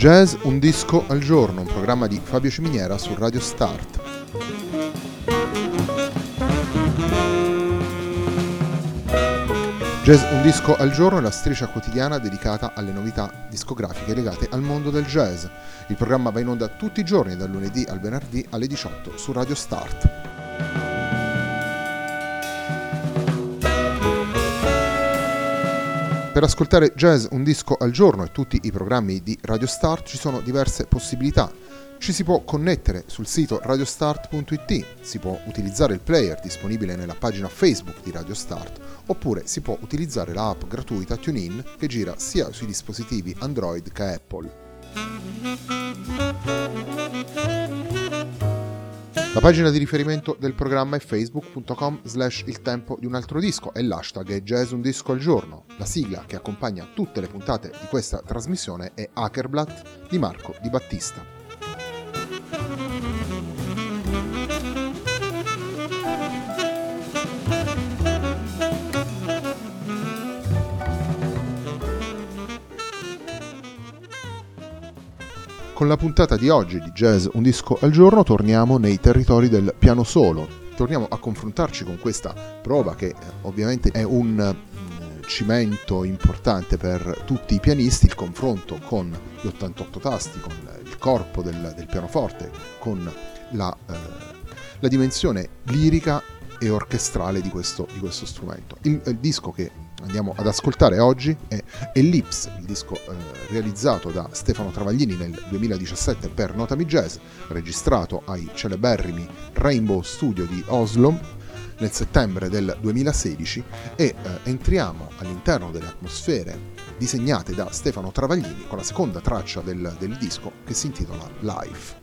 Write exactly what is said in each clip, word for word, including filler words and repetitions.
Jazz un disco al giorno, un programma di Fabio Ciminiera su Radio Start. Jazz un disco al giorno è la striscia quotidiana dedicata alle novità discografiche legate al mondo del jazz. Il programma va in onda tutti i giorni, dal lunedì al venerdì alle diciotto su Radio Start. Per ascoltare Jazz un disco al giorno e tutti i programmi di Radio Start ci sono diverse possibilità. Ci si può connettere sul sito radiostart punto it, si può utilizzare il player disponibile nella pagina Facebook di Radio Start, oppure si può utilizzare la app gratuita TuneIn che gira sia sui dispositivi Android che Apple. La pagina di riferimento del programma è facebook punto com slash il tempo di un altro disco e l'hashtag è Jazz un disco al giorno. La sigla che accompagna tutte le puntate di questa trasmissione è Hackerblatt di Marco Di Battista. Con la puntata di oggi di Jazz un disco al giorno torniamo nei territori del piano solo. Torniamo a confrontarci con questa prova che eh, ovviamente è un eh, cimento importante per tutti i pianisti, il confronto con gli ottantotto tasti, con il corpo del, del pianoforte, con la, eh, la dimensione lirica e orchestrale di questo, di questo strumento. Il, il disco che andiamo ad ascoltare oggi è Ellipse, il disco eh, realizzato da Stefano Travaglini nel duemiladiciassette per Notami Jazz, registrato ai celeberrimi Rainbow Studio di Oslo nel settembre del duemilasedici e eh, entriamo all'interno delle atmosfere disegnate da Stefano Travaglini con la seconda traccia del, del disco che si intitola Life.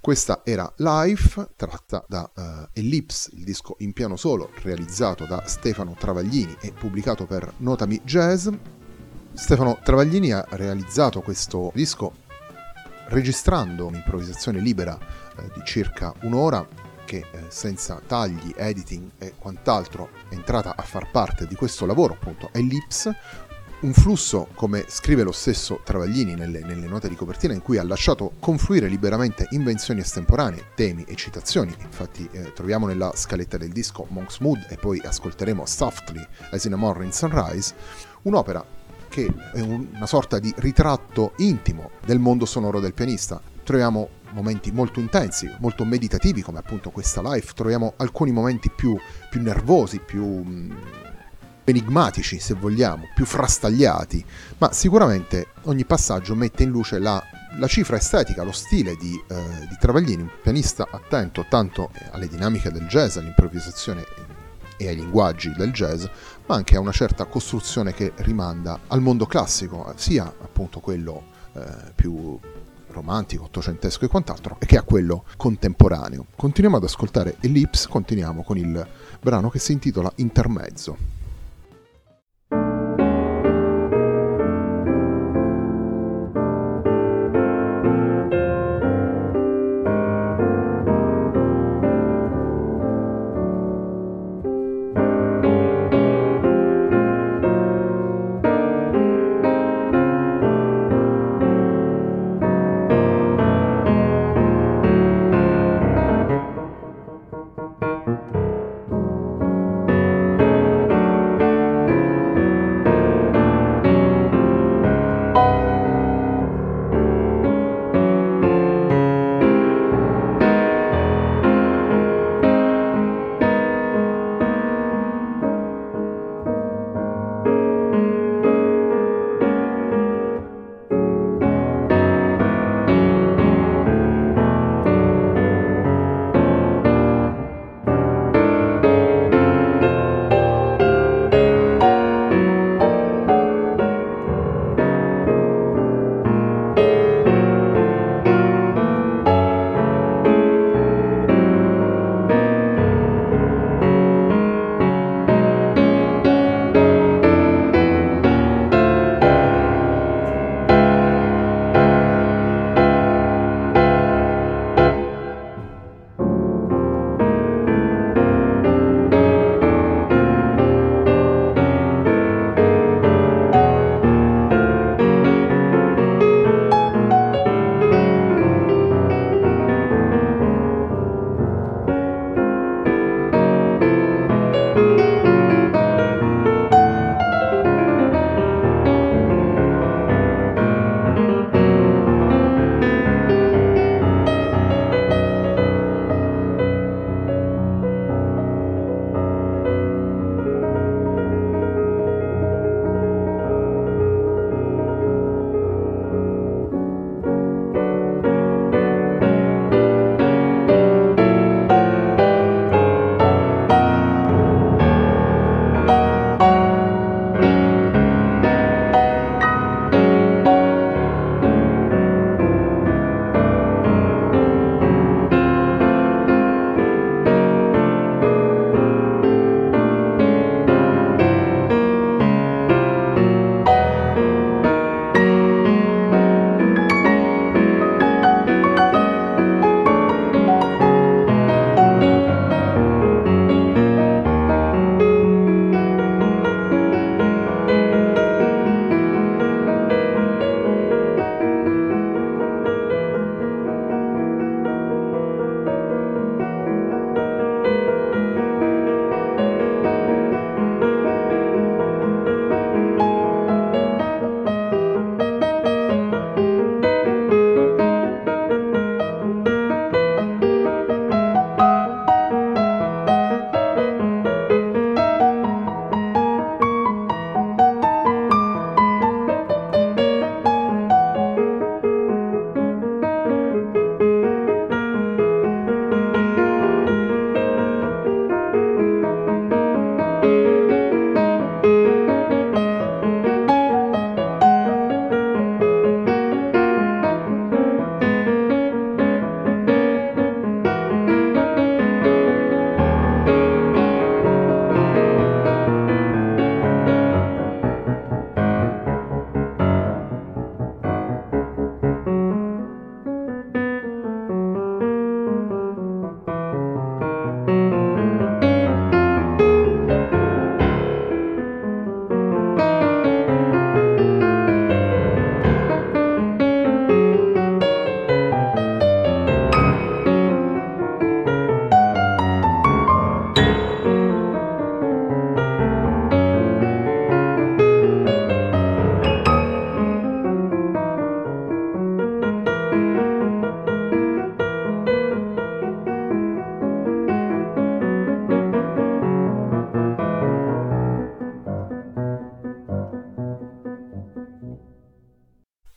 Questa era Life, tratta da uh, Ellipse, il disco in piano solo realizzato da Stefano Travaglini e pubblicato per Notami Jazz. Stefano Travaglini ha realizzato questo disco registrando un'improvvisazione libera eh, di circa un'ora che eh, senza tagli, editing e quant'altro è entrata a far parte di questo lavoro, appunto Ellipse, un flusso, come scrive lo stesso Travaglini nelle, nelle note di copertina, in cui ha lasciato confluire liberamente invenzioni estemporanee, temi e citazioni. Infatti eh, troviamo nella scaletta del disco Monk's Mood e poi ascolteremo Softly as in a Morning Sunrise, un'opera che è una sorta di ritratto intimo del mondo sonoro del pianista. Troviamo momenti molto intensi, molto meditativi, come appunto questa Life, troviamo alcuni momenti più, più nervosi, più mh, enigmatici, se vogliamo, più frastagliati, ma sicuramente ogni passaggio mette in luce la, la cifra estetica, lo stile di, eh, di Travaglini, un pianista attento tanto alle dinamiche del jazz, all'improvvisazione e ai linguaggi del jazz, ma anche a una certa costruzione che rimanda al mondo classico, sia appunto quello eh, più romantico, ottocentesco e quant'altro, che a quello contemporaneo. Continuiamo ad ascoltare Ellipse, continuiamo con il brano che si intitola Intermezzo.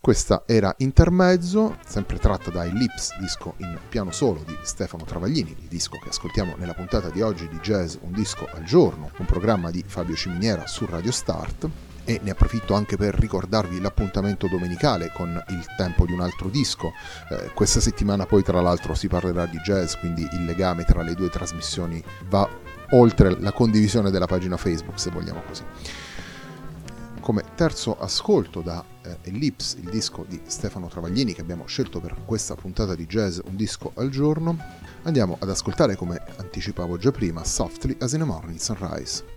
Questa era Intermezzo, sempre tratta dai Lips, disco in piano solo di Stefano Travaglini, il disco che ascoltiamo nella puntata di oggi di Jazz Un Disco al Giorno, un programma di Fabio Ciminiera su Radio Start. E ne approfitto anche per ricordarvi l'appuntamento domenicale con Il tempo di un altro disco. Eh, questa settimana poi tra l'altro si parlerà di jazz, quindi il legame tra le due trasmissioni va oltre la condivisione della pagina Facebook, se vogliamo così. Come terzo ascolto da eh, Ellipse, il disco di Stefano Travaglini che abbiamo scelto per questa puntata di Jazz Un Disco al Giorno, andiamo ad ascoltare, come anticipavo già prima, Softly as in a Morning Sunrise.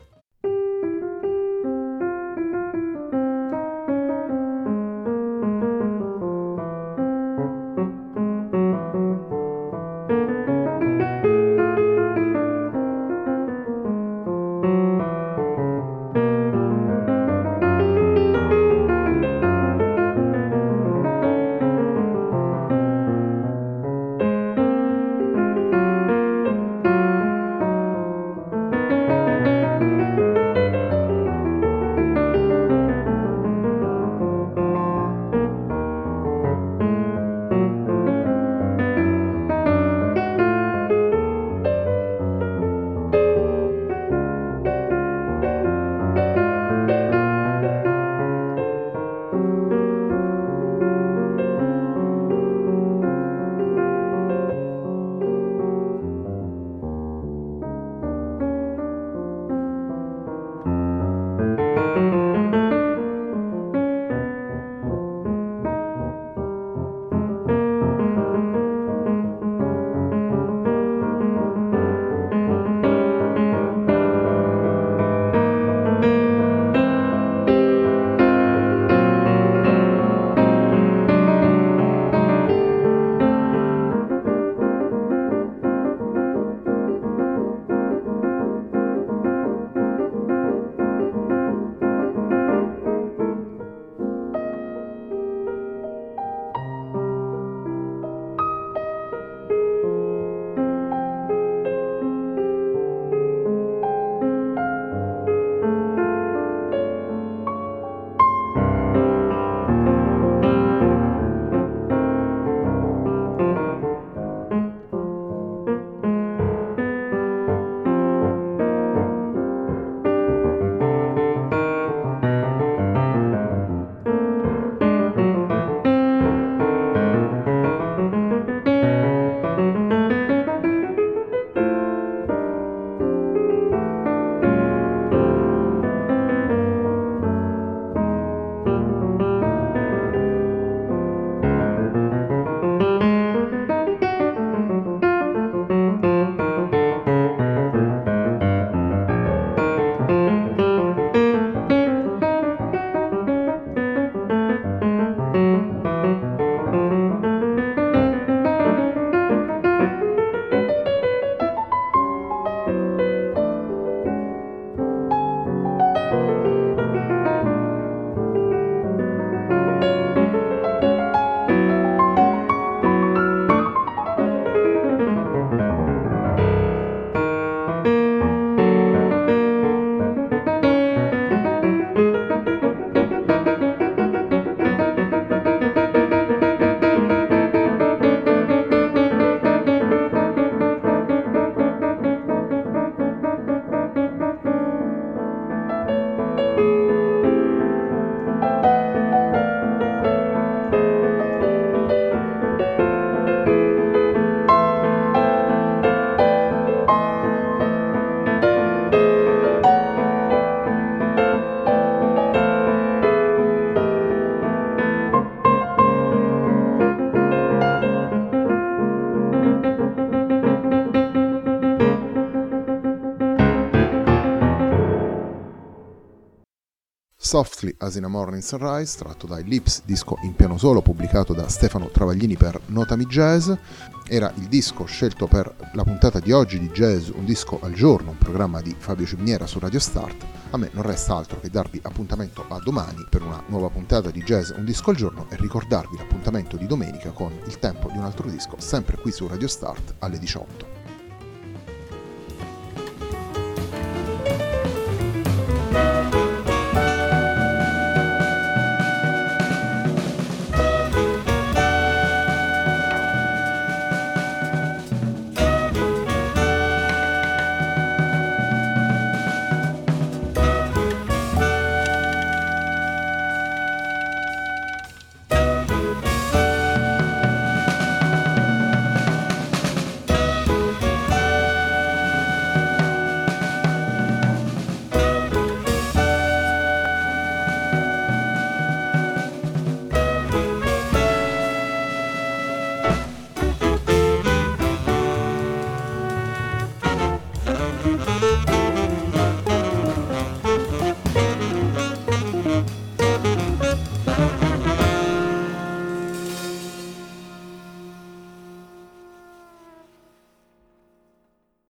Softly as in a Morning Sunrise, tratto dai Lips, disco in piano solo pubblicato da Stefano Travaglini per Notami Jazz. Era il disco scelto per la puntata di oggi di Jazz Un Disco al Giorno, un programma di Fabio Ciminiera su Radio Start. A me non resta altro che darvi appuntamento a domani per una nuova puntata di Jazz Un Disco al Giorno e ricordarvi l'appuntamento di domenica con Il tempo di un altro disco, sempre qui su Radio Start alle diciotto.